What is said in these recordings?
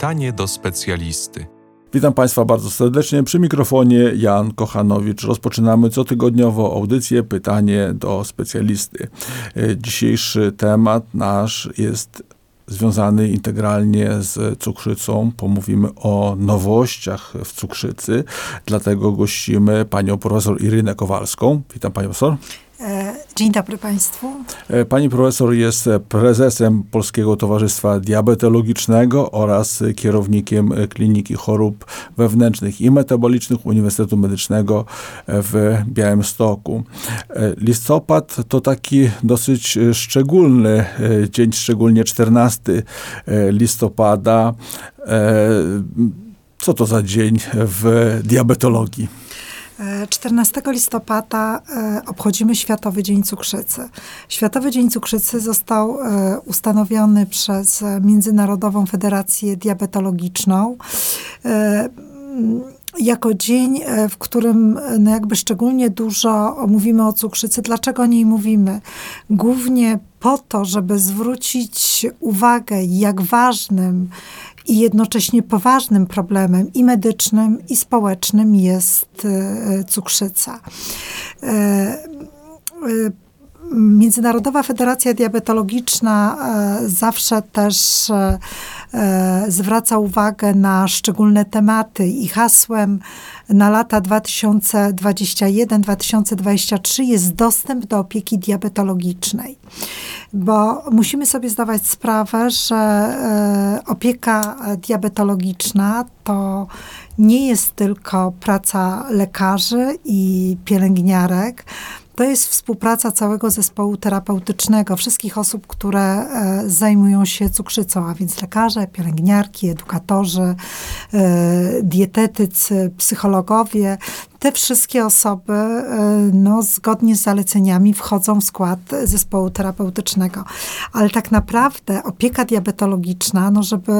Pytanie do specjalisty. Witam Państwa bardzo serdecznie. Przy mikrofonie Jan Kochanowicz. Rozpoczynamy cotygodniowo audycję Pytanie do specjalisty. Dzisiejszy temat nasz jest związany integralnie z cukrzycą. Pomówimy o nowościach w cukrzycy. Dlatego gościmy panią profesor Irynę Kowalską. Witam panią profesor. Dzień dobry Państwu. Pani profesor jest prezesem Polskiego Towarzystwa Diabetologicznego oraz kierownikiem Kliniki Chorób Wewnętrznych i Metabolicznych Uniwersytetu Medycznego w Białymstoku. Listopad to taki dosyć szczególny dzień, szczególnie 14 listopada. Co to za dzień w diabetologii? 14 listopada obchodzimy Światowy Dzień Cukrzycy. Światowy Dzień Cukrzycy został ustanowiony przez Międzynarodową Federację Diabetologiczną jako dzień, w którym jakby szczególnie dużo mówimy o cukrzycy. Dlaczego o niej mówimy? Głównie po to, żeby zwrócić uwagę, jak ważnym i jednocześnie poważnym problemem i medycznym, i społecznym jest cukrzyca. Międzynarodowa Federacja Diabetologiczna zawsze też zwraca uwagę na szczególne tematy i hasłem na lata 2021-2023 jest dostęp do opieki diabetologicznej. Bo musimy sobie zdawać sprawę, że opieka diabetologiczna to nie jest tylko praca lekarzy i pielęgniarek. To jest współpraca całego zespołu terapeutycznego, wszystkich osób, które zajmują się cukrzycą, a więc lekarze, pielęgniarki, edukatorzy, dietetycy, psychologowie. Te wszystkie osoby zgodnie z zaleceniami wchodzą w skład zespołu terapeutycznego. Ale tak naprawdę opieka diabetologiczna, żeby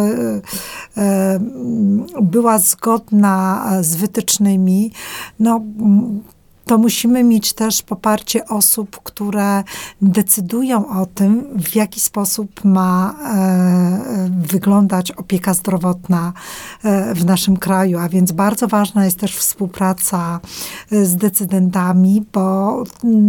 była zgodna z wytycznymi, to musimy mieć też poparcie osób, które decydują o tym, w jaki sposób ma wyglądać opieka zdrowotna w naszym kraju. A więc bardzo ważna jest też współpraca z decydentami, bo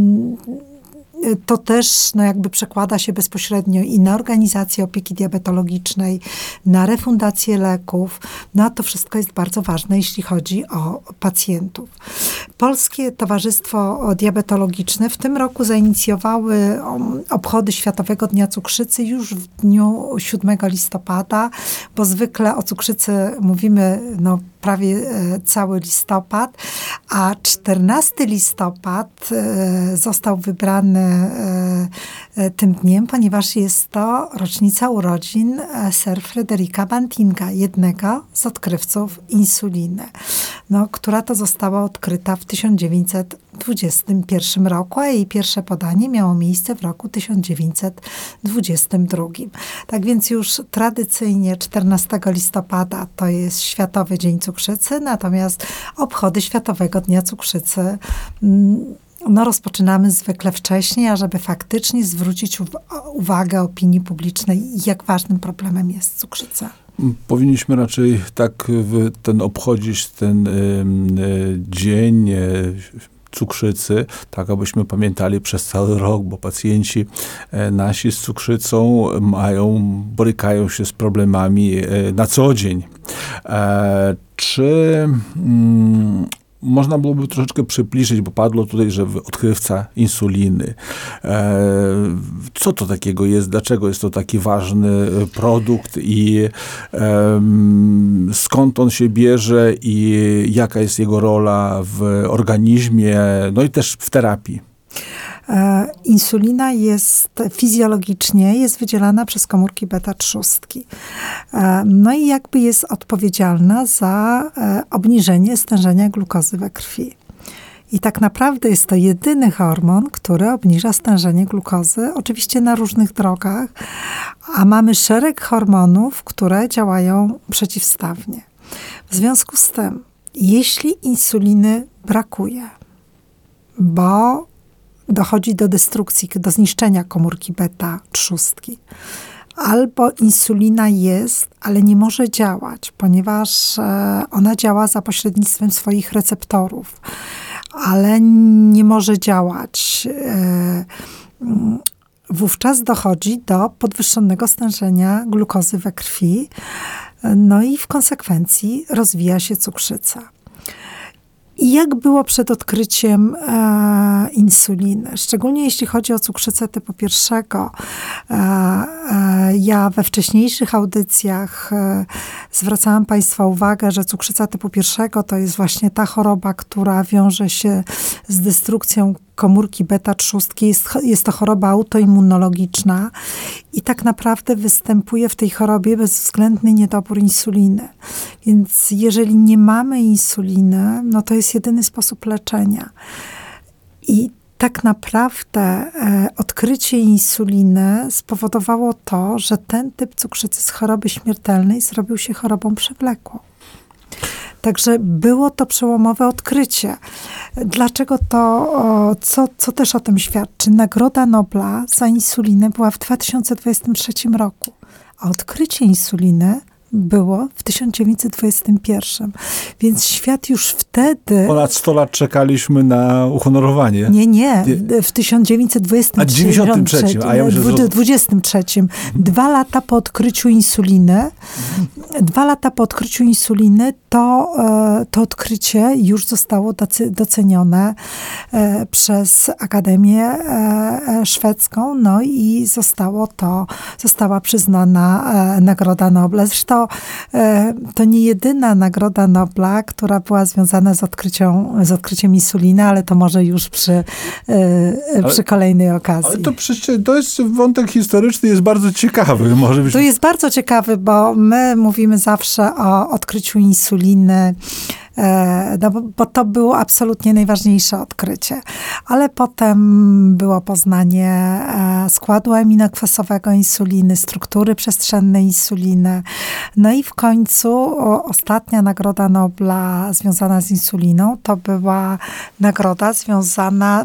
to też jakby przekłada się bezpośrednio i na organizację opieki diabetologicznej, na refundację leków. A to wszystko jest bardzo ważne, jeśli chodzi o pacjentów. Polskie Towarzystwo Diabetologiczne w tym roku zainicjowały obchody Światowego Dnia Cukrzycy już w dniu 7 listopada, bo zwykle o cukrzycy mówimy prawie cały listopad, a 14 listopad został wybrany tym dniem, ponieważ jest to rocznica urodzin Sir Frederica Bantinga, jednego z odkrywców insuliny, która to została odkryta w 1921 roku, a jej pierwsze podanie miało miejsce w roku 1922. Tak więc już tradycyjnie 14 listopada to jest Światowy Dzień Cukrzycy, natomiast obchody Światowego Dnia Cukrzycy rozpoczynamy zwykle wcześniej, ażeby faktycznie zwrócić uwagę opinii publicznej, jak ważnym problemem jest cukrzyca. Powinniśmy raczej tak obchodzić ten dzień cukrzycy, tak abyśmy pamiętali przez cały rok, bo pacjenci nasi z cukrzycą borykają się z problemami na co dzień. Czy można byłoby troszeczkę przybliżyć, bo padło tutaj, że odkrywca insuliny. Co to takiego jest? Dlaczego jest to taki ważny produkt i skąd on się bierze i jaka jest jego rola w organizmie, i też w terapii? Insulina jest fizjologicznie wydzielana przez komórki beta-trzustki. I jakby jest odpowiedzialna za obniżenie stężenia glukozy we krwi. I tak naprawdę jest to jedyny hormon, który obniża stężenie glukozy, oczywiście na różnych drogach, a mamy szereg hormonów, które działają przeciwstawnie. W związku z tym, jeśli insuliny brakuje, bo dochodzi do destrukcji, do zniszczenia komórki beta-trzustki, albo insulina jest, ale nie może działać, ponieważ ona działa za pośrednictwem swoich receptorów, ale nie może działać. Wówczas dochodzi do podwyższonego stężenia glukozy we krwi, no i w konsekwencji rozwija się cukrzyca. I jak było przed odkryciem insuliny? Szczególnie jeśli chodzi o cukrzycę typu 1. Ja we wcześniejszych audycjach zwracałam Państwa uwagę, że cukrzyca typu 1 to jest właśnie ta choroba, która wiąże się z destrukcją komórki beta-trzustki. Jest to choroba autoimmunologiczna i tak naprawdę występuje w tej chorobie bezwzględny niedobór insuliny. Więc jeżeli nie mamy insuliny, no to jest jedyny sposób leczenia. I tak naprawdę odkrycie insuliny spowodowało to, że ten typ cukrzycy z choroby śmiertelnej zrobił się chorobą przewlekłą. Także było to przełomowe odkrycie. Dlaczego to, co też o tym świadczy? Nagroda Nobla za insulinę była w 2023 roku, a odkrycie insuliny było w 1921. Więc świat już wtedy... Ponad 100 lat czekaliśmy na uhonorowanie. Nie. W 1923. A 93. A ja myślę, że... 23. 2 lata po odkryciu insuliny. 2 lata po odkryciu insuliny to odkrycie już zostało docenione przez Akademię Szwedzką, no i została przyznana Nagroda Nobla. Zresztą to nie jedyna Nagroda Nobla, która była związana z odkryciem insuliny, ale to może już przy kolejnej okazji. Ale to przecież to jest wątek historyczny, jest bardzo ciekawy. Może być... To jest bardzo ciekawy, bo my mówimy zawsze o odkryciu insuliny, no bo to było absolutnie najważniejsze odkrycie. Ale potem było poznanie składu aminokwasowego insuliny, struktury przestrzennej insuliny. No i w końcu ostatnia Nagroda Nobla związana z insuliną to była nagroda związana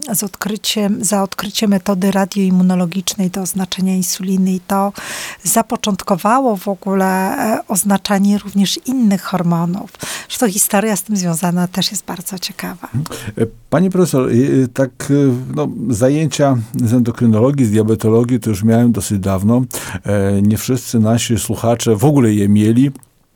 za odkrycie metody radioimmunologicznej do oznaczenia insuliny. I to zapoczątkowało w ogóle oznaczanie również innych hormonów. Zresztą historia z tym związana też jest bardzo ciekawa. Pani profesor, tak zajęcia z endokrynologii, z diabetologii to już miałem dosyć dawno. Nie wszyscy nasi słuchacze w ogóle je mieli.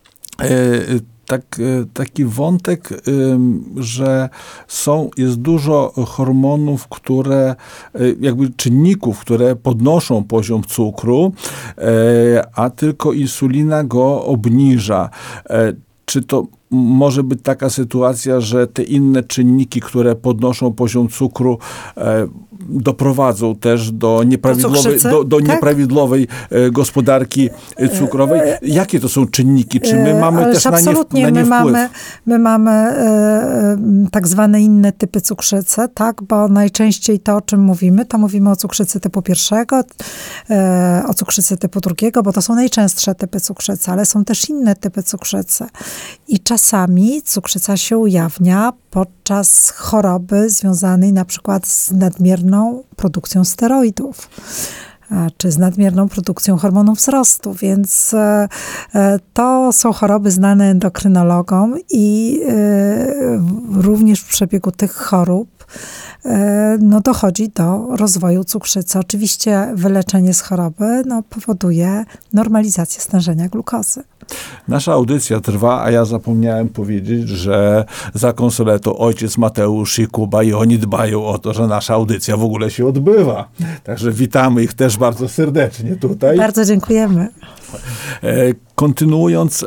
Taki wątek, że jest dużo hormonów, czynników, które podnoszą poziom cukru, a tylko insulina go obniża. Czy to może być taka sytuacja, że te inne czynniki, które podnoszą poziom cukru, doprowadzą też do nieprawidłowej gospodarki cukrowej? Jakie to są czynniki? Czy my mamy też na nie wpływ? My mamy tak zwane inne typy cukrzycy, tak? Bo najczęściej to, o czym mówimy, to mówimy o cukrzycy typu 1, o cukrzycy typu 2, bo to są najczęstsze typy cukrzycy, ale są też inne typy cukrzycy. I czasami cukrzyca się ujawnia podczas choroby związanej na przykład z nadmierną produkcją steroidów, czy z nadmierną produkcją hormonu wzrostu, więc to są choroby znane endokrynologom i również w przebiegu tych chorób dochodzi do rozwoju cukrzycy. Oczywiście wyleczenie z choroby powoduje normalizację stężenia glukozy. Nasza audycja trwa, a ja zapomniałem powiedzieć, że za konsoletą ojciec Mateusz i Kuba i oni dbają o to, że nasza audycja w ogóle się odbywa. Także witamy ich też bardzo serdecznie tutaj. Bardzo dziękujemy. Kontynuując,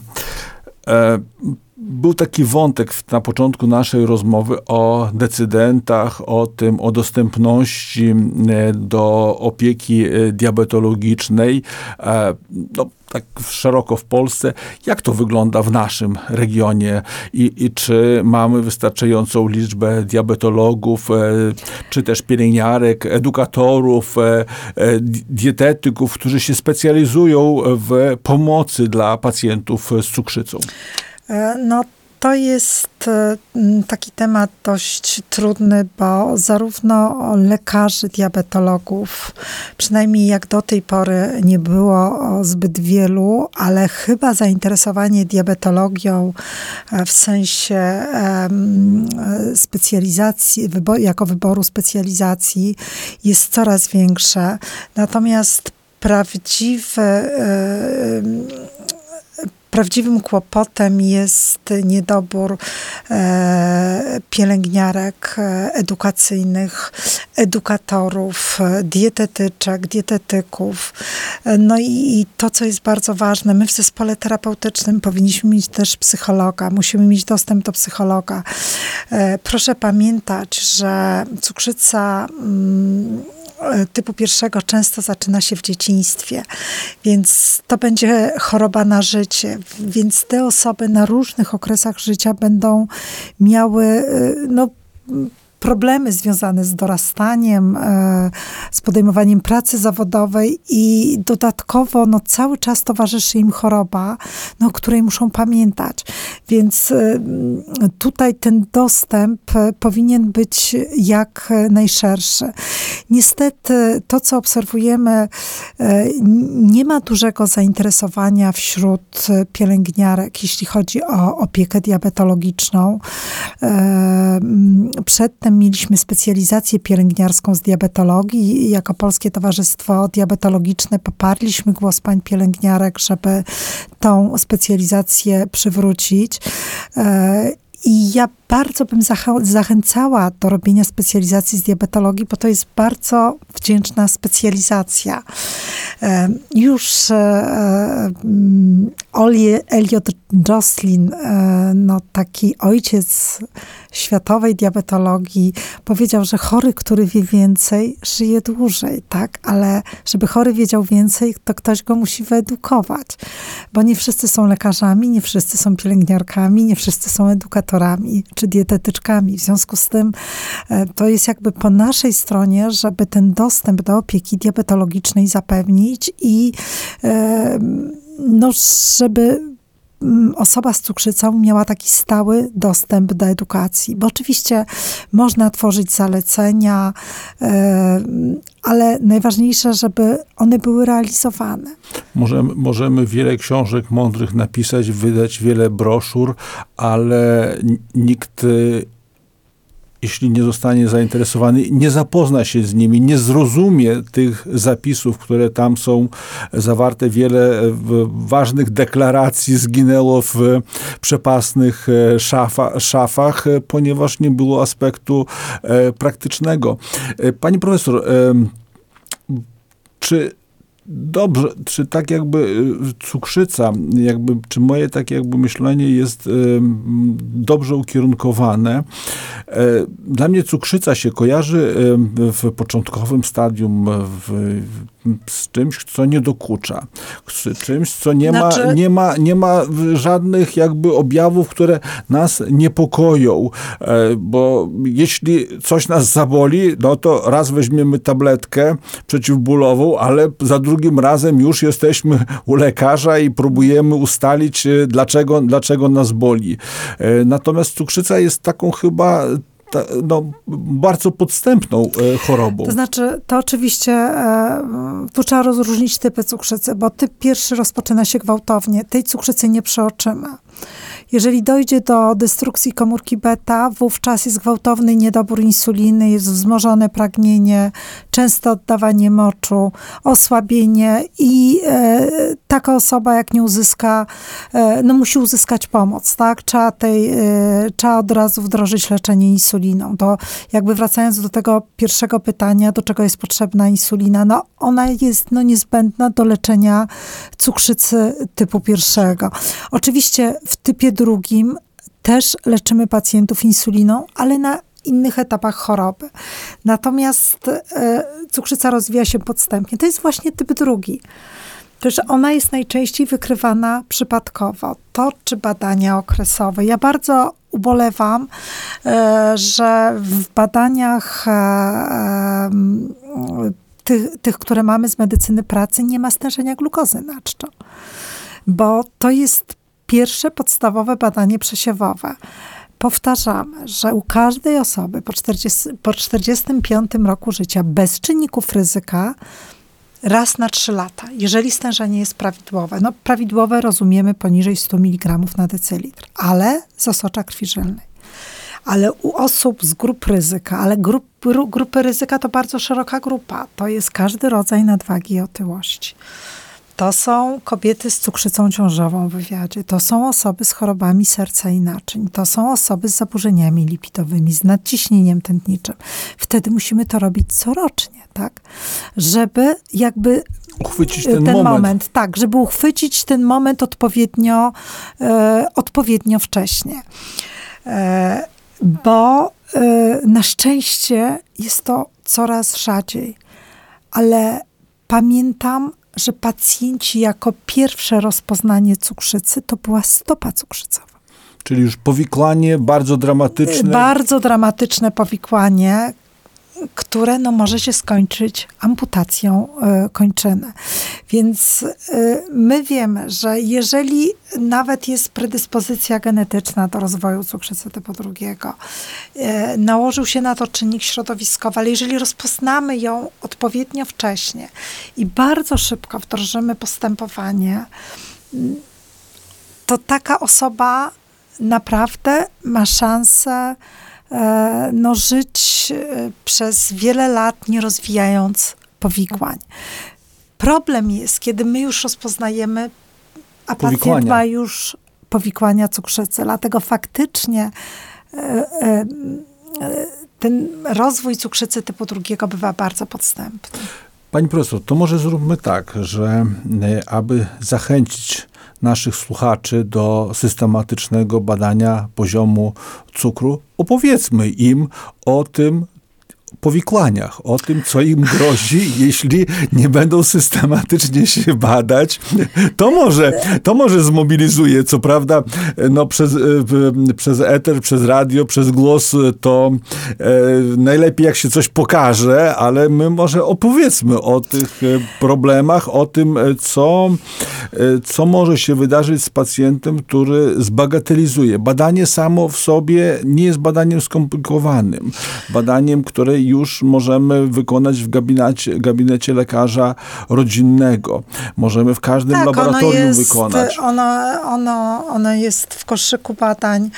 był taki wątek na początku naszej rozmowy o decydentach, o dostępności do opieki diabetologicznej, tak szeroko w Polsce. Jak to wygląda w naszym regionie i czy mamy wystarczającą liczbę diabetologów, czy też pielęgniarek, edukatorów, dietetyków, którzy się specjalizują w pomocy dla pacjentów z cukrzycą? To jest taki temat dość trudny, bo zarówno lekarzy, diabetologów, przynajmniej jak do tej pory nie było zbyt wielu, ale chyba zainteresowanie diabetologią w sensie specjalizacji, jako wyboru specjalizacji jest coraz większe. Natomiast prawdziwym kłopotem jest niedobór pielęgniarek edukacyjnych, edukatorów, dietetyczek, dietetyków. No i to, co jest bardzo ważne, my w zespole terapeutycznym powinniśmy mieć też psychologa, musimy mieć dostęp do psychologa. Proszę pamiętać, że cukrzyca typu 1 często zaczyna się w dzieciństwie, więc to będzie choroba na życie, więc te osoby na różnych okresach życia będą miały problemy związane z dorastaniem, z podejmowaniem pracy zawodowej i dodatkowo cały czas towarzyszy im choroba, o której muszą pamiętać. Więc tutaj ten dostęp powinien być jak najszerszy. Niestety to, co obserwujemy, nie ma dużego zainteresowania wśród pielęgniarek, jeśli chodzi o opiekę diabetologiczną. Przedtem mieliśmy specjalizację pielęgniarską z diabetologii i jako Polskie Towarzystwo Diabetologiczne poparliśmy głos pań pielęgniarek, żeby tą specjalizację przywrócić. I ja bardzo bym zachęcała do robienia specjalizacji z diabetologii, bo to jest bardzo wdzięczna specjalizacja. Już Elliot Joslin, taki ojciec światowej diabetologii, powiedział, że chory, który wie więcej, żyje dłużej, tak? Ale żeby chory wiedział więcej, to ktoś go musi wyedukować. Bo nie wszyscy są lekarzami, nie wszyscy są pielęgniarkami, nie wszyscy są edukatorami czy dietetyczkami. W związku z tym to jest jakby po naszej stronie, żeby ten dostęp do opieki diabetologicznej zapewnić i żeby osoba z cukrzycą miała taki stały dostęp do edukacji. Bo oczywiście można tworzyć zalecenia, ale najważniejsze, żeby one były realizowane. Możemy wiele książek mądrych napisać, wydać wiele broszur, ale nikt, jeśli nie zostanie zainteresowany, nie zapozna się z nimi, nie zrozumie tych zapisów, które tam są zawarte. Wiele ważnych deklaracji zginęło w przepastnych szafach, ponieważ nie było aspektu praktycznego. Pani profesor, czy tak jakby cukrzyca, czy moje takie jakby myślenie jest dobrze ukierunkowane? Dla mnie cukrzyca się kojarzy w początkowym stadium z czymś, co nie dokucza. Z czymś, co nie ma żadnych jakby objawów, które nas niepokoją. Bo jeśli coś nas zaboli, to raz weźmiemy tabletkę przeciwbólową, ale za drugim razem już jesteśmy u lekarza i próbujemy ustalić, dlaczego nas boli. Natomiast cukrzyca jest taką chyba bardzo podstępną chorobą. To znaczy, to oczywiście, tu trzeba rozróżnić typy cukrzycy, bo typ pierwszy rozpoczyna się gwałtownie. Tej cukrzycy nie przeoczymy. Jeżeli dojdzie do destrukcji komórki beta, wówczas jest gwałtowny niedobór insuliny, jest wzmożone pragnienie, częste oddawanie moczu, osłabienie i taka osoba, jak nie uzyska, musi uzyskać pomoc, tak? Trzeba od razu wdrożyć leczenie insuliną. To jakby wracając do tego pierwszego pytania, do czego jest potrzebna insulina? Ona jest niezbędna do leczenia cukrzycy typu 1. Oczywiście w typie 2 też leczymy pacjentów insuliną, ale na innych etapach choroby. Natomiast cukrzyca rozwija się podstępnie. To jest właśnie typ 2. Też ona jest najczęściej wykrywana przypadkowo. To czy badania okresowe. Ja bardzo ubolewam, że w badaniach tych, które mamy z medycyny pracy, nie ma stężenia glukozy na czczo. Bo to jest pierwsze podstawowe badanie przesiewowe. Powtarzamy, że u każdej osoby po 45 roku życia bez czynników ryzyka raz na 3 lata, jeżeli stężenie jest prawidłowe. No prawidłowe rozumiemy poniżej 100 mg na decylitr, ale z osocza krwi żylnej. Ale u osób z grup ryzyka, ale grupy ryzyka to bardzo szeroka grupa. To jest każdy rodzaj nadwagi i otyłości. To są kobiety z cukrzycą ciążową w wywiadzie. To są osoby z chorobami serca i naczyń. To są osoby z zaburzeniami lipidowymi, z nadciśnieniem tętniczym. Wtedy musimy to robić corocznie, tak? Żeby jakby uchwycić ten moment. Tak, żeby uchwycić ten moment odpowiednio wcześnie. Bo na szczęście jest to coraz rzadziej. Ale pamiętam, że pacjenci jako pierwsze rozpoznanie cukrzycy to była stopa cukrzycowa. Czyli już powikłanie bardzo dramatyczne. Bardzo dramatyczne powikłanie, które może się skończyć amputacją kończyny. Więc my wiemy, że jeżeli nawet jest predyspozycja genetyczna do rozwoju cukrzycy typu 2, nałożył się na to czynnik środowiskowy, ale jeżeli rozpoznamy ją odpowiednio wcześnie i bardzo szybko wdrożymy postępowanie, to taka osoba naprawdę ma szansę żyć przez wiele lat, nie rozwijając powikłań. Problem jest, kiedy my już rozpoznajemy, a pacjent ma już powikłania cukrzycy. Dlatego faktycznie ten rozwój cukrzycy typu 2 bywa bardzo podstępny. Pani profesor, to może zróbmy tak, że aby zachęcić naszych słuchaczy do systematycznego badania poziomu cukru, opowiedzmy im o tym powikłaniach, o tym, co im grozi, jeśli nie będą systematycznie się badać. To może zmobilizuje, co prawda, przez eter, przez radio, przez głos, to najlepiej jak się coś pokaże, ale my może opowiedzmy o tych problemach, o tym, co może się wydarzyć z pacjentem, który zbagatelizuje. Badanie samo w sobie nie jest badaniem skomplikowanym. Badaniem, które już możemy wykonać w gabinecie lekarza rodzinnego. Możemy w każdym laboratorium wykonać. Ono jest w koszyku badań.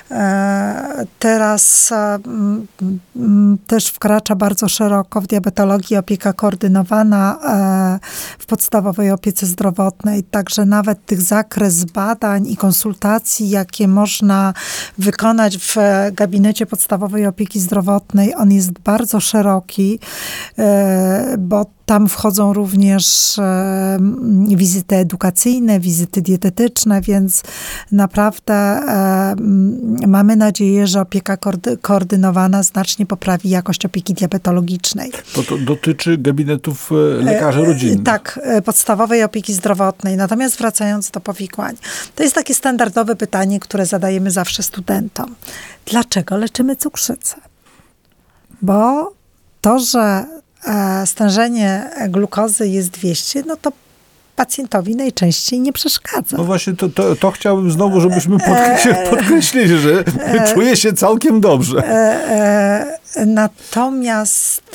Teraz też wkracza bardzo szeroko w diabetologii opieka koordynowana w podstawowej opiece zdrowotnej. Także nawet tych zakres badań i konsultacji, jakie można wykonać w gabinecie podstawowej opieki zdrowotnej, on jest bardzo szeroki, bo tam wchodzą również wizyty edukacyjne, wizyty dietetyczne, więc naprawdę mamy nadzieję, że opieka koordynowana znacznie poprawi jakość opieki diabetologicznej. To dotyczy gabinetów lekarzy rodzinnych. Tak, podstawowej opieki zdrowotnej. Natomiast wracając do powikłań, to jest takie standardowe pytanie, które zadajemy zawsze studentom. Dlaczego leczymy cukrzycę? Bo to, że stężenie glukozy jest 200, to pacjentowi najczęściej nie przeszkadza. No właśnie, to chciałbym znowu, żebyśmy podkreślili, że czuje się całkiem dobrze. Natomiast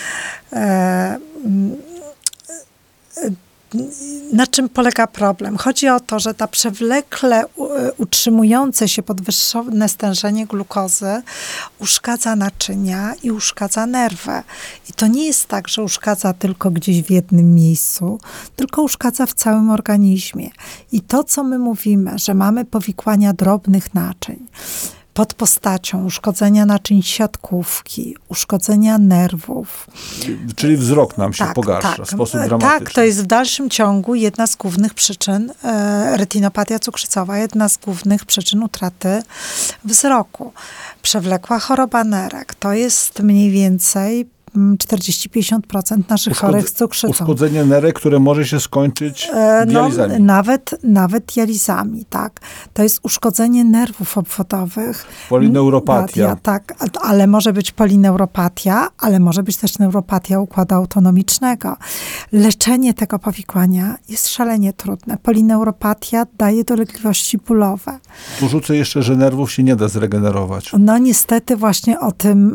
na czym polega problem? Chodzi o to, że ta przewlekle utrzymujące się podwyższone stężenie glukozy uszkadza naczynia i uszkadza nerwy. I to nie jest tak, że uszkadza tylko gdzieś w jednym miejscu, tylko uszkadza w całym organizmie. I to, co my mówimy, że mamy powikłania drobnych naczyń, pod postacią uszkodzenia naczyń siatkówki, uszkodzenia nerwów. Czyli wzrok nam się pogarsza w sposób dramatyczny. Tak, to jest w dalszym ciągu jedna z głównych przyczyn, retinopatia cukrzycowa, jedna z głównych przyczyn utraty wzroku. Przewlekła choroba nerek to jest mniej więcej 40-50% naszych chorych z cukrzycą. Uszkodzenie nerek, które może się skończyć dializami. Nawet dializami, tak. To jest uszkodzenie nerwów obwodowych. Polineuropatia. Tak, ale może być polineuropatia, ale może być też neuropatia układu autonomicznego. Leczenie tego powikłania jest szalenie trudne. Polineuropatia daje dolegliwości bólowe. Dorzucę jeszcze, że nerwów się nie da zregenerować. No niestety właśnie o tym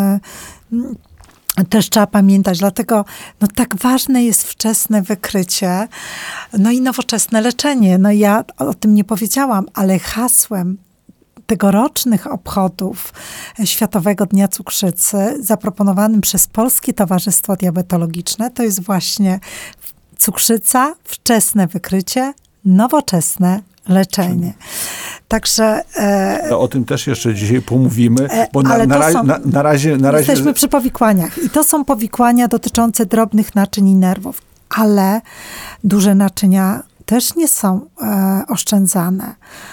też trzeba pamiętać. Dlatego tak ważne jest wczesne wykrycie, i nowoczesne leczenie. Ja o tym nie powiedziałam, ale hasłem tegorocznych obchodów Światowego Dnia Cukrzycy, zaproponowanym przez Polskie Towarzystwo Diabetologiczne, to jest właśnie cukrzyca, wczesne wykrycie, nowoczesne leczenie. Także... o tym też jeszcze dzisiaj pomówimy, bo na razie... Jesteśmy przy powikłaniach. I to są powikłania dotyczące drobnych naczyń i nerwów. Ale duże naczynia też nie są oszczędzane.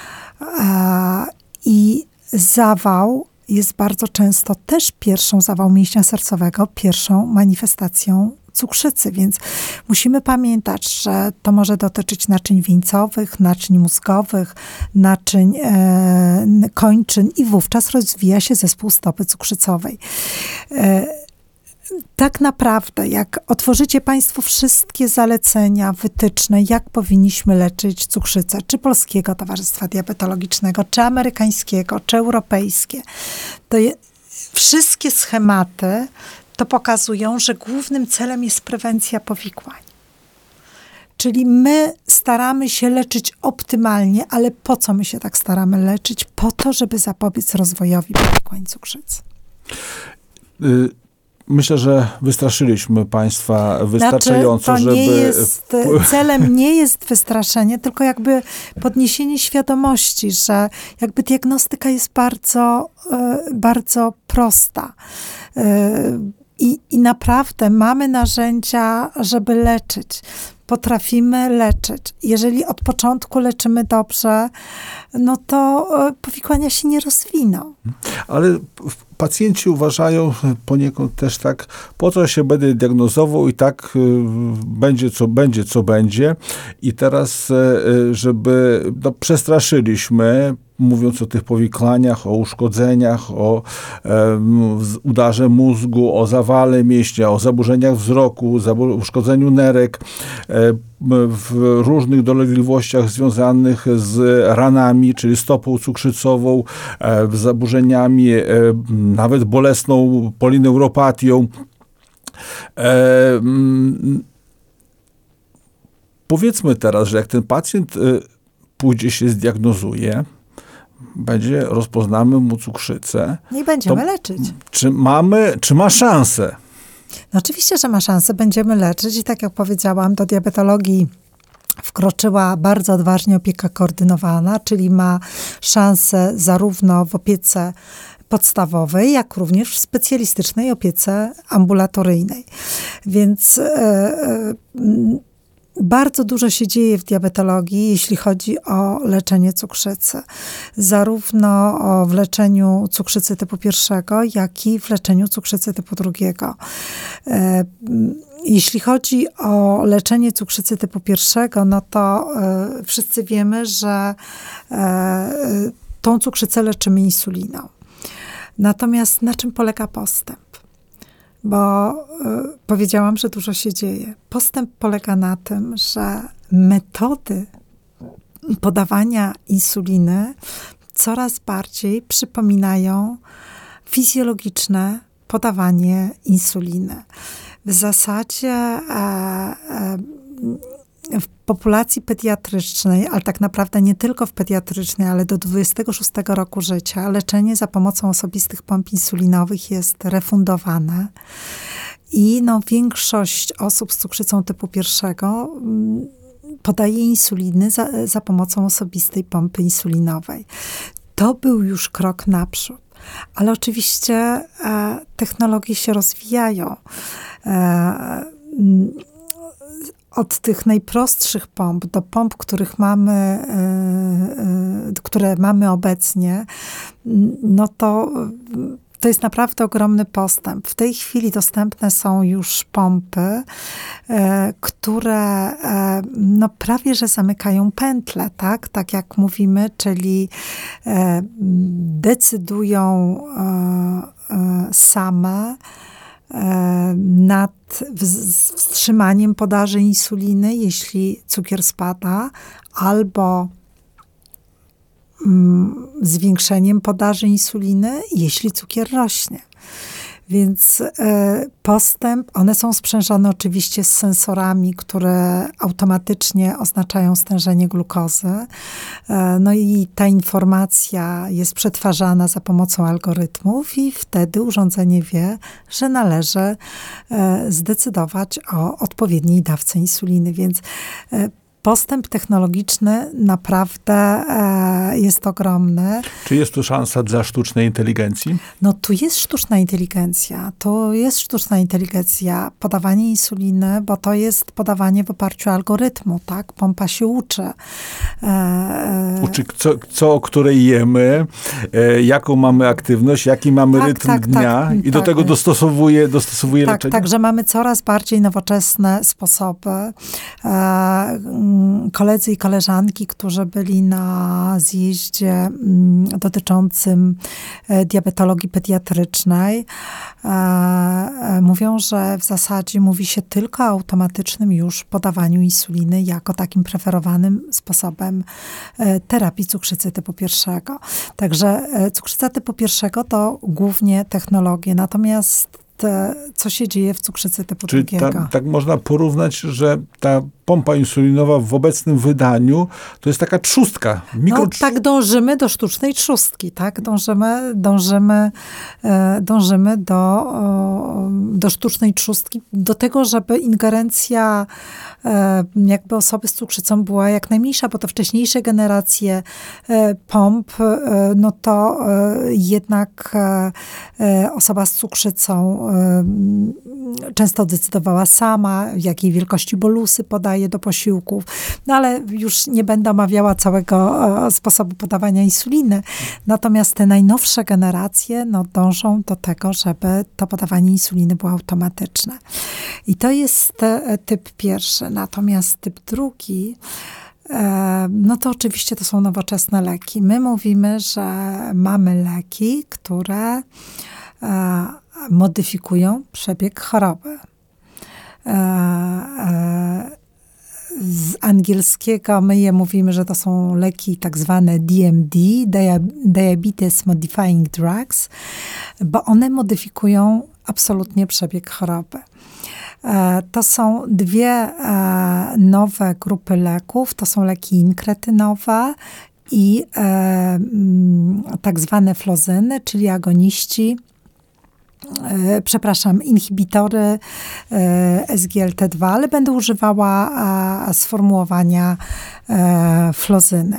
I zawał jest bardzo często też zawał mięśnia sercowego, pierwszą manifestacją cukrzycy, więc musimy pamiętać, że to może dotyczyć naczyń wieńcowych, naczyń mózgowych, naczyń kończyn i wówczas rozwija się zespół stopy cukrzycowej. Tak naprawdę, jak otworzycie Państwo wszystkie zalecenia, wytyczne, jak powinniśmy leczyć cukrzycę, czy Polskiego Towarzystwa Diabetologicznego, czy amerykańskiego, czy europejskie, to wszystkie schematy to pokazują, że głównym celem jest prewencja powikłań. Czyli my staramy się leczyć optymalnie, ale po co my się tak staramy leczyć? Po to, żeby zapobiec rozwojowi powikłań cukrzycy. Myślę, że wystraszyliśmy Państwa wystarczająco, celem nie jest wystraszenie, tylko jakby podniesienie świadomości, że jakby diagnostyka jest bardzo, bardzo prosta. I naprawdę mamy narzędzia, żeby leczyć. Potrafimy leczyć. Jeżeli od początku leczymy dobrze, to powikłania się nie rozwiną. Ale pacjenci uważają poniekąd też tak, po co się będę diagnozował i tak będzie, co będzie. I teraz, żeby przestraszyliśmy, mówiąc o tych powikłaniach, o uszkodzeniach, o udarze mózgu, o zawale mięśnia, o zaburzeniach wzroku, uszkodzeniu nerek, w różnych dolegliwościach związanych z ranami, czyli stopą cukrzycową, zaburzeniami, nawet bolesną polineuropatią. Powiedzmy teraz, że jak ten pacjent pójdzie się zdiagnozuje, rozpoznamy mu cukrzycę. I będziemy leczyć. Czy ma szansę? No oczywiście, że ma szansę. Będziemy leczyć i tak jak powiedziałam, do diabetologii wkroczyła bardzo odważnie opieka koordynowana, czyli ma szansę zarówno w opiece podstawowej, jak również w specjalistycznej opiece ambulatoryjnej. Więc bardzo dużo się dzieje w diabetologii, jeśli chodzi o leczenie cukrzycy. Zarówno w leczeniu cukrzycy typu 1, jak i w leczeniu cukrzycy typu 2. Jeśli chodzi o leczenie cukrzycy typu 1, to wszyscy wiemy, że tą cukrzycę leczymy insuliną. Natomiast na czym polega postęp? Bo powiedziałam, że dużo się dzieje. Postęp polega na tym, że metody podawania insuliny coraz bardziej przypominają fizjologiczne podawanie insuliny. W zasadzie w populacji pediatrycznej, ale tak naprawdę nie tylko w pediatrycznej, ale do 26 roku życia, leczenie za pomocą osobistych pomp insulinowych jest refundowane. I większość osób z cukrzycą typu 1 podaje insuliny za pomocą osobistej pompy insulinowej. To był już krok naprzód. Ale oczywiście technologie się rozwijają. Od tych najprostszych pomp do pomp, które mamy obecnie, to To jest naprawdę ogromny postęp. W tej chwili dostępne są już pompy, które no, prawie że zamykają pętlę, tak? Tak jak mówimy, czyli decydują same nad wstrzymaniem podaży insuliny, jeśli cukier spada, albo zwiększeniem podaży insuliny, jeśli cukier rośnie. Więc postęp, one są sprzężone oczywiście z sensorami, które automatycznie oznaczają stężenie glukozy. No i ta informacja jest przetwarzana za pomocą algorytmów i wtedy urządzenie wie, że należy zdecydować o odpowiedniej dawce insuliny. Więc postęp technologiczny naprawdę jest ogromny. Czy jest tu szansa dla sztucznej inteligencji? No tu jest sztuczna inteligencja. To jest sztuczna inteligencja, podawanie insuliny, bo to jest podawanie w oparciu o algorytmu, tak? Pompa się uczy. Uczy, co o której jemy, jaką mamy aktywność, jaki mamy rytm dnia i do tego dostosowuje leczenie. Także mamy coraz bardziej nowoczesne sposoby. Koledzy i koleżanki, którzy byli na zjeździe dotyczącym diabetologii pediatrycznej, mówią, że w zasadzie mówi się tylko o automatycznym już podawaniu insuliny jako takim preferowanym sposobem terapii cukrzycy typu 1. Także cukrzyca typu 1 to głównie technologie, natomiast co się dzieje w cukrzycy typu 2. Tak można porównać, że ta pompa insulinowa w obecnym wydaniu to jest taka trzustka. No, tak dążymy do sztucznej trzustki, tak? Dążymy do sztucznej trzustki, do tego, żeby ingerencja jakby osoby z cukrzycą była jak najmniejsza, bo to wcześniejsze generacje pomp, no to jednak osoba z cukrzycą często decydowała sama, jakiej wielkości bolusy podaje do posiłków. No ale już nie będę omawiała całego sposobu podawania insuliny. Natomiast te najnowsze generacje no, dążą do tego, żeby to podawanie insuliny było automatyczne. I to jest typ 1. Natomiast typ 2, no to oczywiście to są nowoczesne leki. My mówimy, że mamy leki, które modyfikują przebieg choroby. Z angielskiego my je mówimy, że to są leki tak zwane DMD, Diabetes Modifying Drugs, bo one modyfikują absolutnie przebieg choroby. To są 2 nowe grupy leków. To są leki inkretynowe i tak zwane flozyny, czyli agoniści, inhibitory SGLT2, ale będę używała sformułowania flozyny.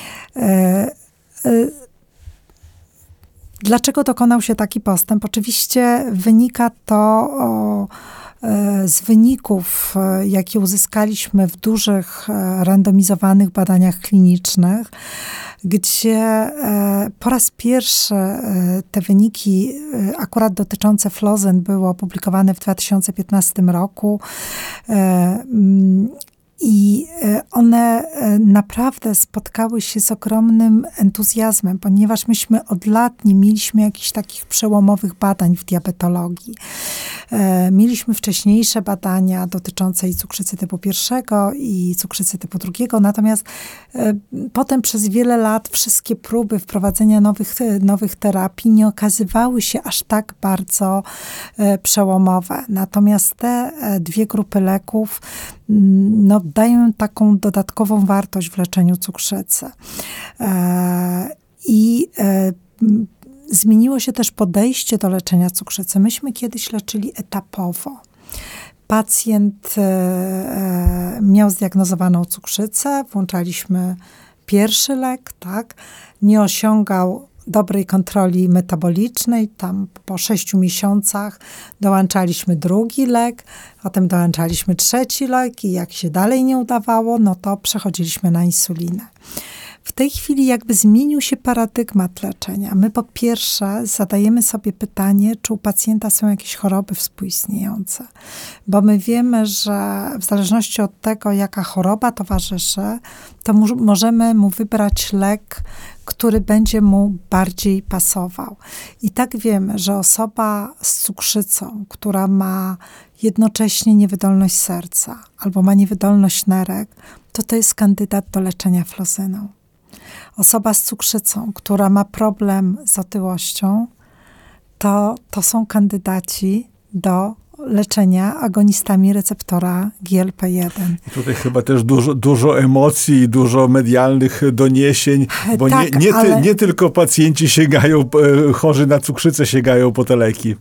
Dlaczego dokonał się taki postęp? Oczywiście wynika to z wyników, jakie uzyskaliśmy w dużych, randomizowanych badaniach klinicznych, gdzie po raz pierwszy te wyniki akurat dotyczące flozyn były opublikowane w 2015 roku. I one naprawdę spotkały się z ogromnym entuzjazmem, ponieważ myśmy od lat nie mieliśmy jakichś takich przełomowych badań w diabetologii. Mieliśmy wcześniejsze badania dotyczące i cukrzycy typu 1 i cukrzycy typu 2, natomiast potem przez wiele lat wszystkie próby wprowadzenia nowych terapii nie okazywały się aż tak bardzo przełomowe. Natomiast te 2 grupy leków no, dają taką dodatkową wartość w leczeniu cukrzycy. Zmieniło się też podejście do leczenia cukrzycy. Myśmy kiedyś leczyli etapowo. Pacjent miał zdiagnozowaną cukrzycę, włączaliśmy pierwszy lek, tak, nie osiągał dobrej kontroli metabolicznej, tam po 6 miesiącach dołączaliśmy drugi lek, potem dołączaliśmy trzeci lek i jak się dalej nie udawało, no to przechodziliśmy na insulinę. w tej chwili jakby zmienił się paradygmat leczenia. My po pierwsze zadajemy sobie pytanie, czy u pacjenta są jakieś choroby współistniejące. Bo my wiemy, że w zależności od tego, jaka choroba towarzyszy, to możemy mu wybrać lek, który będzie mu bardziej pasował. I tak wiemy, że osoba z cukrzycą, która ma jednocześnie niewydolność serca albo ma niewydolność nerek, to jest kandydat do leczenia flozyną. Osoba z cukrzycą, która ma problem z otyłością, to są kandydaci do leczenia agonistami receptora GLP-1. I tutaj chyba też dużo emocji i dużo medialnych doniesień, bo tak, nie tylko pacjenci chorzy na cukrzycę sięgają po te leki.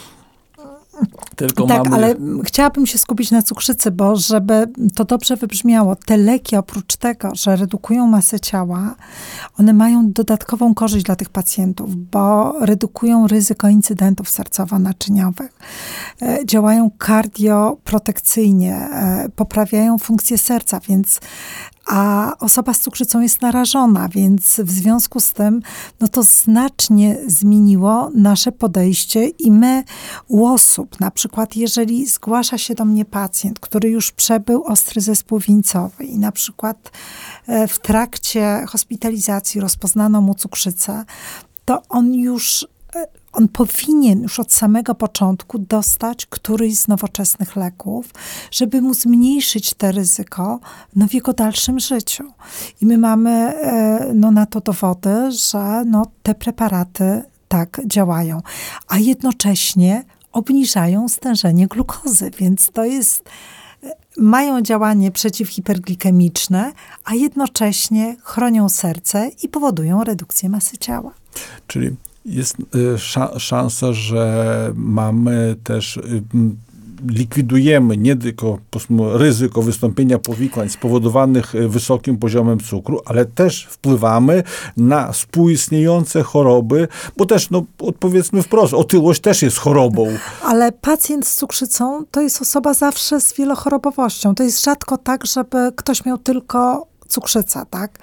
Tylko tak, ale chciałabym się skupić na cukrzycy, bo żeby to dobrze wybrzmiało, te leki oprócz tego, że redukują masę ciała, one mają dodatkową korzyść dla tych pacjentów, bo redukują ryzyko incydentów sercowo-naczyniowych, działają kardioprotekcyjnie, poprawiają funkcję serca, a osoba z cukrzycą jest narażona, więc w związku z tym, to znacznie zmieniło nasze podejście i my u osób, na przykład jeżeli zgłasza się do mnie pacjent, który już przebył ostry zespół wieńcowy i na przykład w trakcie hospitalizacji rozpoznano mu cukrzycę, to on powinien już od samego początku dostać któryś z nowoczesnych leków, żeby mu zmniejszyć to ryzyko w jego dalszym życiu. I my mamy na to dowody, że te preparaty tak działają, a jednocześnie obniżają stężenie glukozy, więc mają działanie przeciwhiperglikemiczne, a jednocześnie chronią serce i powodują redukcję masy ciała. Czyli jest szansa, że mamy też, likwidujemy nie tylko ryzyko wystąpienia powikłań spowodowanych wysokim poziomem cukru, ale też wpływamy na współistniejące choroby, bo też, powiedzmy wprost, otyłość też jest chorobą. Ale pacjent z cukrzycą to jest osoba zawsze z wielochorobowością. To jest rzadko tak, żeby ktoś miał tylko cukrzyca, tak?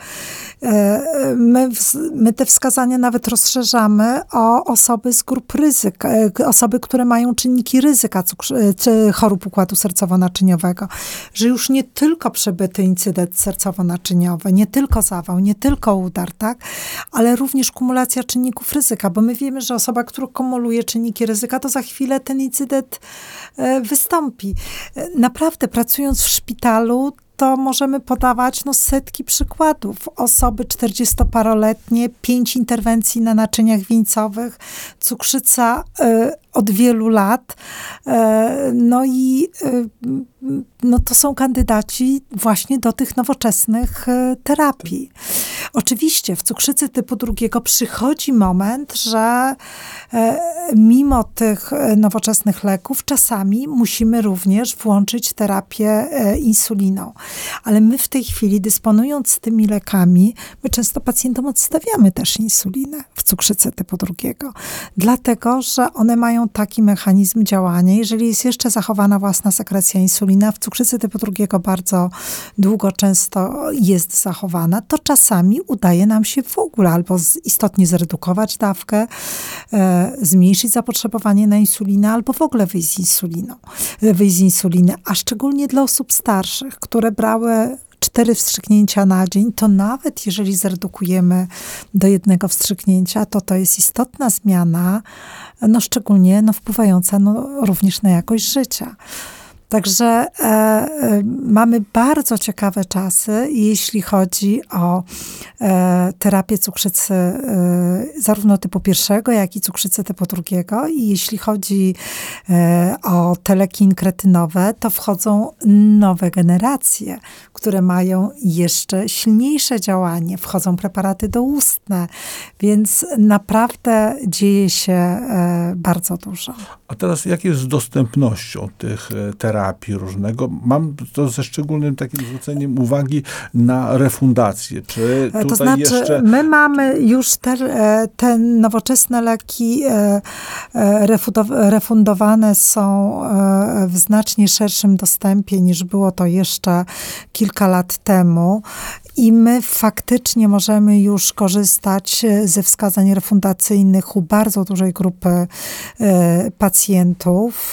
My te wskazania nawet rozszerzamy o osoby z grup ryzyka, osoby, które mają czynniki ryzyka chorób układu sercowo-naczyniowego, że już nie tylko przebyty incydent sercowo-naczyniowy, nie tylko zawał, nie tylko udar, tak? Ale również kumulacja czynników ryzyka, bo my wiemy, że osoba, która kumuluje czynniki ryzyka, to za chwilę ten incydent wystąpi. Naprawdę, pracując w szpitalu, to możemy podawać setki przykładów. Osoby 40-paroletnie, 5 interwencji na naczyniach wieńcowych, cukrzyca od wielu lat. To są kandydaci właśnie do tych nowoczesnych terapii. Oczywiście w cukrzycy typu 2 przychodzi moment, że mimo tych nowoczesnych leków czasami musimy również włączyć terapię insuliną. Ale my w tej chwili, dysponując tymi lekami, my często pacjentom odstawiamy też insulinę w cukrzycy typu 2. Dlatego, że one mają taki mechanizm działania. Jeżeli jest jeszcze zachowana własna sekrecja insulina, w cukrzycy typu 2 bardzo długo często jest zachowana, to czasami udaje nam się w ogóle albo istotnie zredukować dawkę, zmniejszyć zapotrzebowanie na insulinę, albo w ogóle wyjść z insuliny. A szczególnie dla osób starszych, które brały 4 wstrzyknięcia na dzień, to nawet jeżeli zredukujemy do 1 wstrzyknięcia, to jest istotna zmiana, szczególnie wpływająca również na jakość życia. Także mamy bardzo ciekawe czasy, jeśli chodzi o terapię cukrzycy zarówno typu 1, jak i cukrzycy typu 2. I jeśli chodzi o te leki inkretynowe, to wchodzą nowe generacje, które mają jeszcze silniejsze działanie. Wchodzą preparaty doustne, więc naprawdę dzieje się bardzo dużo. A teraz jak jest z dostępnością tych terapii różnego? Mam to ze szczególnym takim zwróceniem uwagi na refundację. Czy tutaj to znaczy, jeszcze... my mamy już te nowoczesne leki refundowane są w znacznie szerszym dostępie niż było to jeszcze kilka lat temu. I my faktycznie możemy już korzystać ze wskazań refundacyjnych u bardzo dużej grupy pacjentów.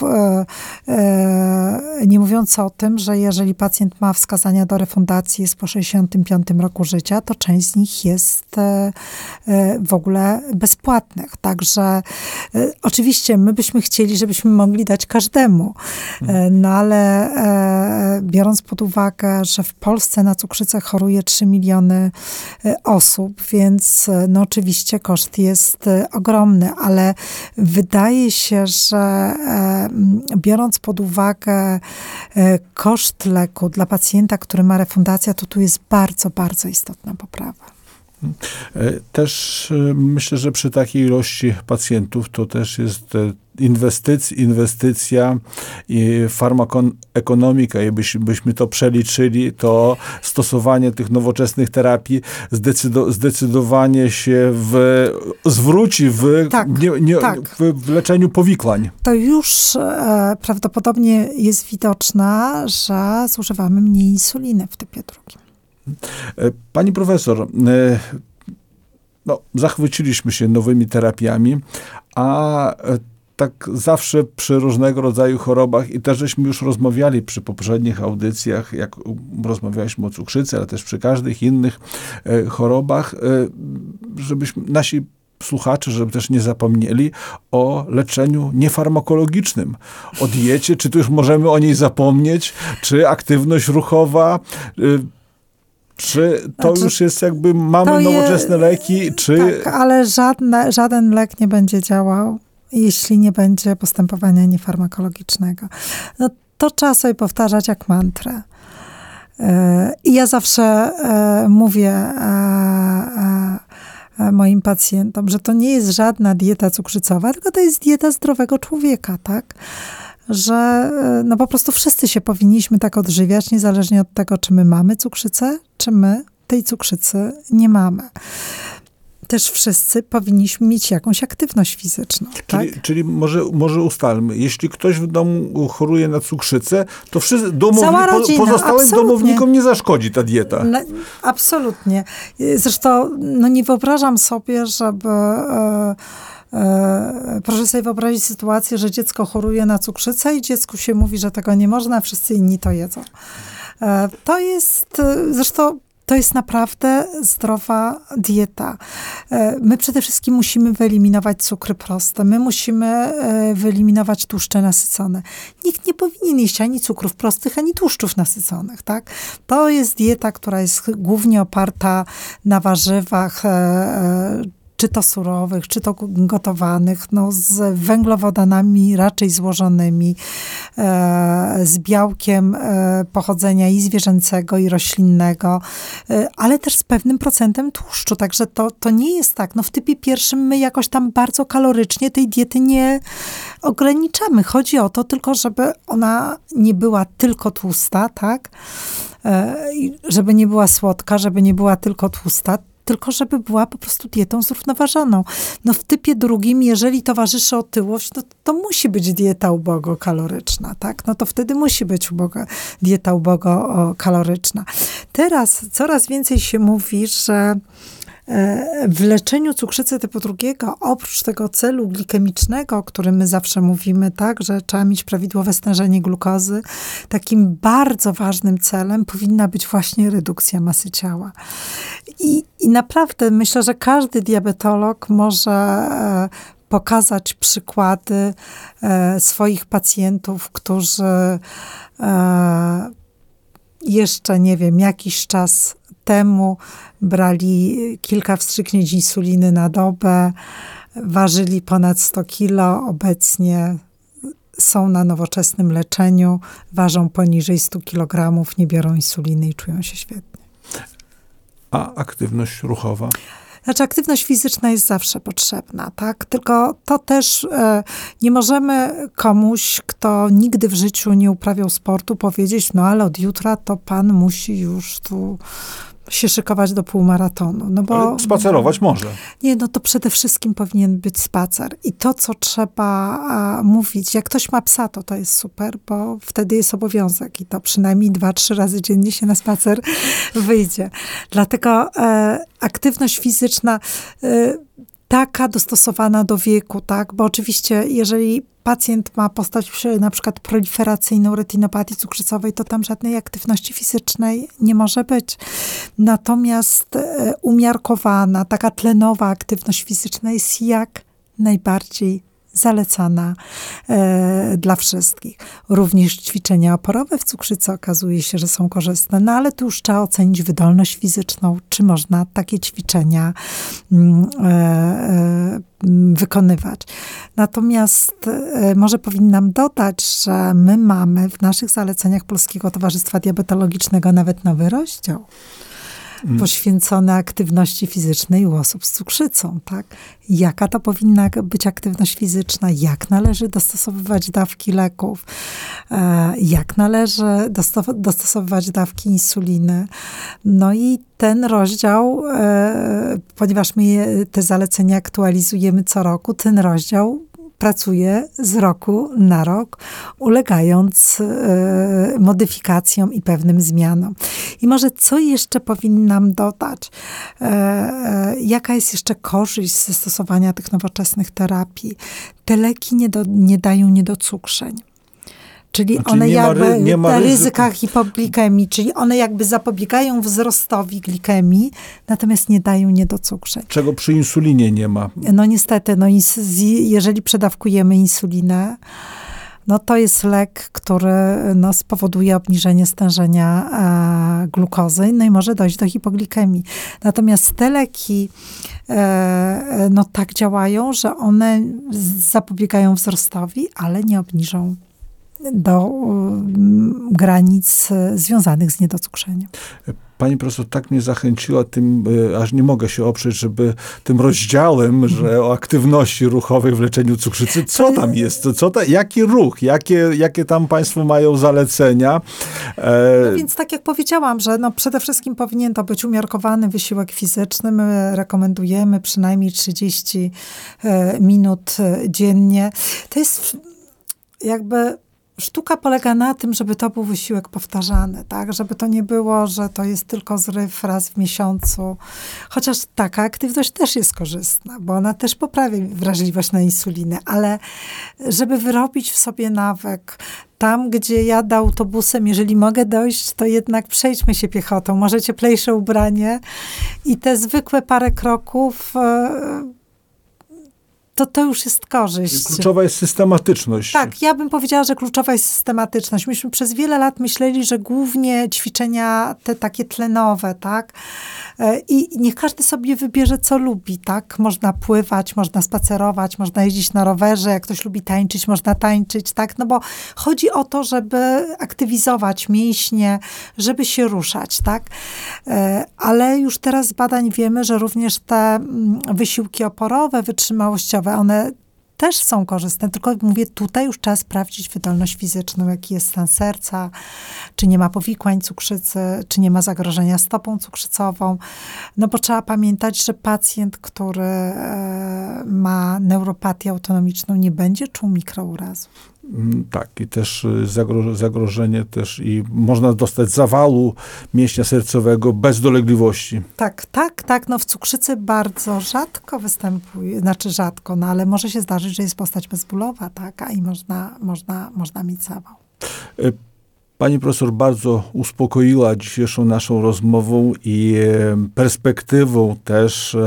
Nie mówiąc o tym, że jeżeli pacjent ma wskazania do refundacji, jest po 65 roku życia, to część z nich jest w ogóle bezpłatnych. Także oczywiście my byśmy chcieli, żebyśmy mogli dać każdemu. No ale biorąc pod uwagę, że w Polsce na cukrzycę choruje 3 miliony osób, więc no oczywiście koszt jest ogromny, ale wydaje się, że biorąc pod uwagę koszt leku dla pacjenta, który ma refundację, to tu jest bardzo, bardzo istotna poprawa. Też myślę, że przy takiej ilości pacjentów to też jest inwestycja i farmakoekonomika. Jakbyśmy to przeliczyli, to stosowanie tych nowoczesnych terapii zdecydowanie się zwróci w leczeniu powikłań. To już prawdopodobnie jest widoczne, że zużywamy mniej insuliny w typie drugim. Pani profesor, zachwyciliśmy się nowymi terapiami, a tak zawsze przy różnego rodzaju chorobach i też żeśmy już rozmawiali przy poprzednich audycjach, jak rozmawialiśmy o cukrzycy, ale też przy każdych innych chorobach, żebyśmy nasi słuchacze, żeby też nie zapomnieli o leczeniu niefarmakologicznym, o diecie, czy tu już możemy o niej zapomnieć, czy aktywność ruchowa, czy to już jest jakby, mamy nowoczesne leki, czy... Tak, ale żaden lek nie będzie działał, jeśli nie będzie postępowania niefarmakologicznego. No, to trzeba sobie powtarzać jak mantrę. I ja zawsze mówię moim pacjentom, że to nie jest żadna dieta cukrzycowa, tylko to jest dieta zdrowego człowieka, tak? Że no po prostu wszyscy się powinniśmy tak odżywiać, niezależnie od tego, czy my mamy cukrzycę, czy my tej cukrzycy nie mamy. Też wszyscy powinniśmy mieć jakąś aktywność fizyczną. Czyli może ustalmy, jeśli ktoś w domu choruje na cukrzycę, to wszyscy pozostałym domownikom nie zaszkodzi ta dieta. No, absolutnie. Zresztą nie wyobrażam sobie, żeby... proszę sobie wyobrazić sytuację, że dziecko choruje na cukrzycę i dziecku się mówi, że tego nie można, a wszyscy inni to jedzą. To jest naprawdę zdrowa dieta. My przede wszystkim musimy wyeliminować cukry proste. My musimy wyeliminować tłuszcze nasycone. Nikt nie powinien jeść ani cukrów prostych, ani tłuszczów nasyconych, tak? To jest dieta, która jest głównie oparta na warzywach, czy to surowych, czy to gotowanych, z węglowodanami raczej złożonymi, z białkiem pochodzenia i zwierzęcego, i roślinnego, ale też z pewnym procentem tłuszczu. Także to nie jest tak. W typie pierwszym my jakoś tam bardzo kalorycznie tej diety nie ograniczamy. Chodzi o to tylko, żeby ona nie była tylko tłusta, tak? Żeby nie była słodka, żeby nie była tylko tłusta, tylko żeby była po prostu dietą zrównoważoną. W typie drugim, jeżeli towarzyszy otyłość, to musi być dieta ubogokaloryczna, tak? To wtedy musi być dieta ubogokaloryczna. Teraz coraz więcej się mówi, że w leczeniu cukrzycy typu drugiego, oprócz tego celu glikemicznego, o którym my zawsze mówimy, tak, że trzeba mieć prawidłowe stężenie glukozy, takim bardzo ważnym celem powinna być właśnie redukcja masy ciała. I naprawdę myślę, że każdy diabetolog może pokazać przykłady swoich pacjentów, którzy jeszcze, jakiś czas temu brali kilka wstrzyknięć insuliny na dobę, ważyli ponad 100 kilo, obecnie są na nowoczesnym leczeniu, ważą poniżej 100 kg, nie biorą insuliny i czują się świetnie. A aktywność ruchowa? Aktywność fizyczna jest zawsze potrzebna, tak? Tylko to też nie możemy komuś, kto nigdy w życiu nie uprawiał sportu, powiedzieć, ale od jutra to pan musi już tu się szykować do półmaratonu. No bo, ale spacerować może. Nie, no to przede wszystkim powinien być spacer. I to, co trzeba mówić, jak ktoś ma psa, to jest super, bo wtedy jest obowiązek i to przynajmniej 2-3 razy dziennie się na spacer wyjdzie. Dlatego aktywność fizyczna taka dostosowana do wieku, tak? Bo oczywiście, jeżeli pacjent ma postać na przykład proliferacyjną retinopatii cukrzycowej, to tam żadnej aktywności fizycznej nie może być. Natomiast umiarkowana, taka tlenowa aktywność fizyczna jest jak najbardziej zalecana dla wszystkich. Również ćwiczenia oporowe w cukrzycy okazuje się, że są korzystne, no ale tu już trzeba ocenić wydolność fizyczną, czy można takie ćwiczenia wykonywać. Natomiast może powinnam dodać, że my mamy w naszych zaleceniach Polskiego Towarzystwa Diabetologicznego nawet nowy rozdział poświęcony aktywności fizycznej u osób z cukrzycą, tak? Jaka to powinna być aktywność fizyczna, jak należy dostosowywać dawki leków, jak należy dostosowywać dawki insuliny. No i ten rozdział, ponieważ my te zalecenia aktualizujemy co roku, ten rozdział pracuje z roku na rok, ulegając modyfikacjom i pewnym zmianom. I może co jeszcze powinnam dodać? Jaka jest jeszcze korzyść ze stosowania tych nowoczesnych terapii? Te leki nie dają niedocukrzeń. Czyli znaczy one nie ma ryzyka hipoglikemii, czyli one jakby zapobiegają wzrostowi glikemii, natomiast nie dają niedocukrzeń. Czego przy insulinie nie ma. No niestety, jeżeli przedawkujemy insulinę, no to jest lek, który spowoduje obniżenie stężenia glukozy, no i może dojść do hipoglikemii. Natomiast te leki tak działają, że one zapobiegają wzrostowi, ale nie obniżą do granic związanych z niedocukrzeniem. Pani profesor tak mnie zachęciła tym, aż nie mogę się oprzeć, żeby tym rozdziałem, że o aktywności ruchowej w leczeniu cukrzycy, co tam jest? Jaki ruch? Jakie tam państwo mają zalecenia? No więc tak jak powiedziałam, że przede wszystkim powinien to być umiarkowany wysiłek fizyczny. My rekomendujemy przynajmniej 30 minut dziennie. To jest jakby... Sztuka polega na tym, żeby to był wysiłek powtarzany, tak? Żeby to nie było, że to jest tylko zryw raz w miesiącu. Chociaż taka aktywność też jest korzystna, bo ona też poprawia wrażliwość na insulinę, ale żeby wyrobić w sobie nawyk, tam, gdzie jadę autobusem, jeżeli mogę dojść, to jednak przejdźmy się piechotą. Może cieplejsze ubranie i te zwykłe parę kroków... To już jest korzyść. Kluczowa jest systematyczność. Tak, ja bym powiedziała, że kluczowa jest systematyczność. Myśmy przez wiele lat myśleli, że głównie ćwiczenia te takie tlenowe, tak? I niech każdy sobie wybierze, co lubi, tak? Można pływać, można spacerować, można jeździć na rowerze, jak ktoś lubi tańczyć, można tańczyć, tak? No bo chodzi o to, żeby aktywizować mięśnie, żeby się ruszać, tak? Ale już teraz z badań wiemy, że również te wysiłki oporowe, wytrzymałościowe, one też są korzystne, tylko mówię, tutaj już trzeba sprawdzić wydolność fizyczną, jaki jest stan serca, czy nie ma powikłań cukrzycy, czy nie ma zagrożenia stopą cukrzycową. No bo trzeba pamiętać, że pacjent, który ma neuropatię autonomiczną, nie będzie czuł mikrourazu. Tak, i też zagrożenie też i można dostać zawału mięśnia sercowego bez dolegliwości. Tak. No w cukrzycy bardzo rzadko występuje, znaczy rzadko, no ale może się zdarzyć, że jest postać bezbólowa, tak, i można mieć zawał. Pani profesor bardzo uspokoiła dzisiejszą naszą rozmową i perspektywą też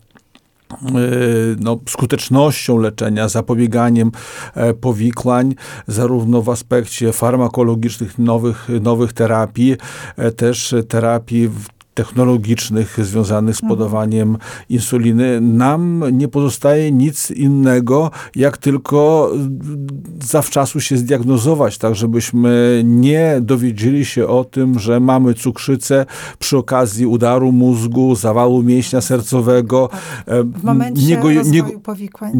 skutecznością leczenia, zapobieganiem powikłań, zarówno w aspekcie farmakologicznych, nowych terapii, też terapii technologicznych związanych z podawaniem insuliny. Nam nie pozostaje nic innego, jak tylko zawczasu się zdiagnozować, tak żebyśmy nie dowiedzieli się o tym, że mamy cukrzycę przy okazji udaru mózgu, zawału mięśnia sercowego, w momencie rozwoju powikłań.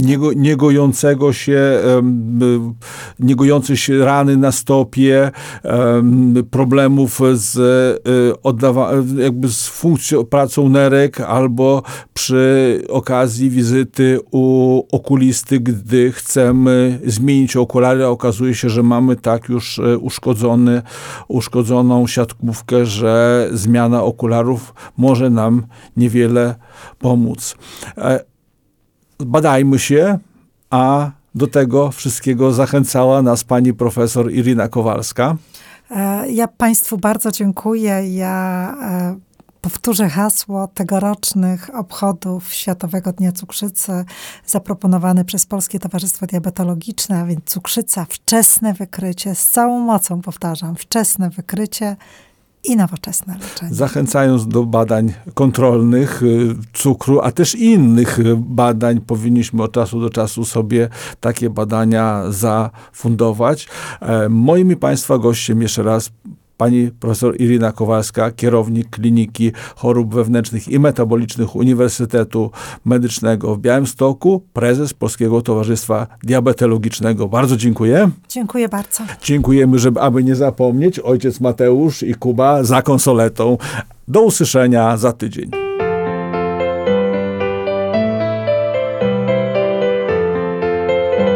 Niegojące się rany na stopie, problemów z jakby z pracą nerek albo przy okazji wizyty u okulisty, gdy chcemy zmienić okulary, a okazuje się, że mamy tak już uszkodzoną siatkówkę, że zmiana okularów może nam niewiele pomóc. Badajmy się, a do tego wszystkiego zachęcała nas pani profesor Irina Kowalska. Ja Państwu bardzo dziękuję. Ja powtórzę hasło tegorocznych obchodów Światowego Dnia Cukrzycy zaproponowane przez Polskie Towarzystwo Diabetologiczne, a więc cukrzyca, wczesne wykrycie, z całą mocą powtarzam, wczesne wykrycie i nowoczesne leczenie. Zachęcając do badań kontrolnych cukru, a też innych badań, powinniśmy od czasu do czasu sobie takie badania zafundować. Moim i Państwa gościem jeszcze raz pani profesor Irina Kowalska, kierownik Kliniki Chorób Wewnętrznych i Metabolicznych Uniwersytetu Medycznego w Białymstoku, prezes Polskiego Towarzystwa Diabetologicznego. Bardzo dziękuję. Dziękuję bardzo. Dziękujemy, aby nie zapomnieć, ojciec Mateusz i Kuba za konsoletą. Do usłyszenia za tydzień.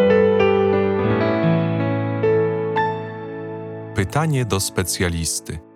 Pytanie do specjalisty.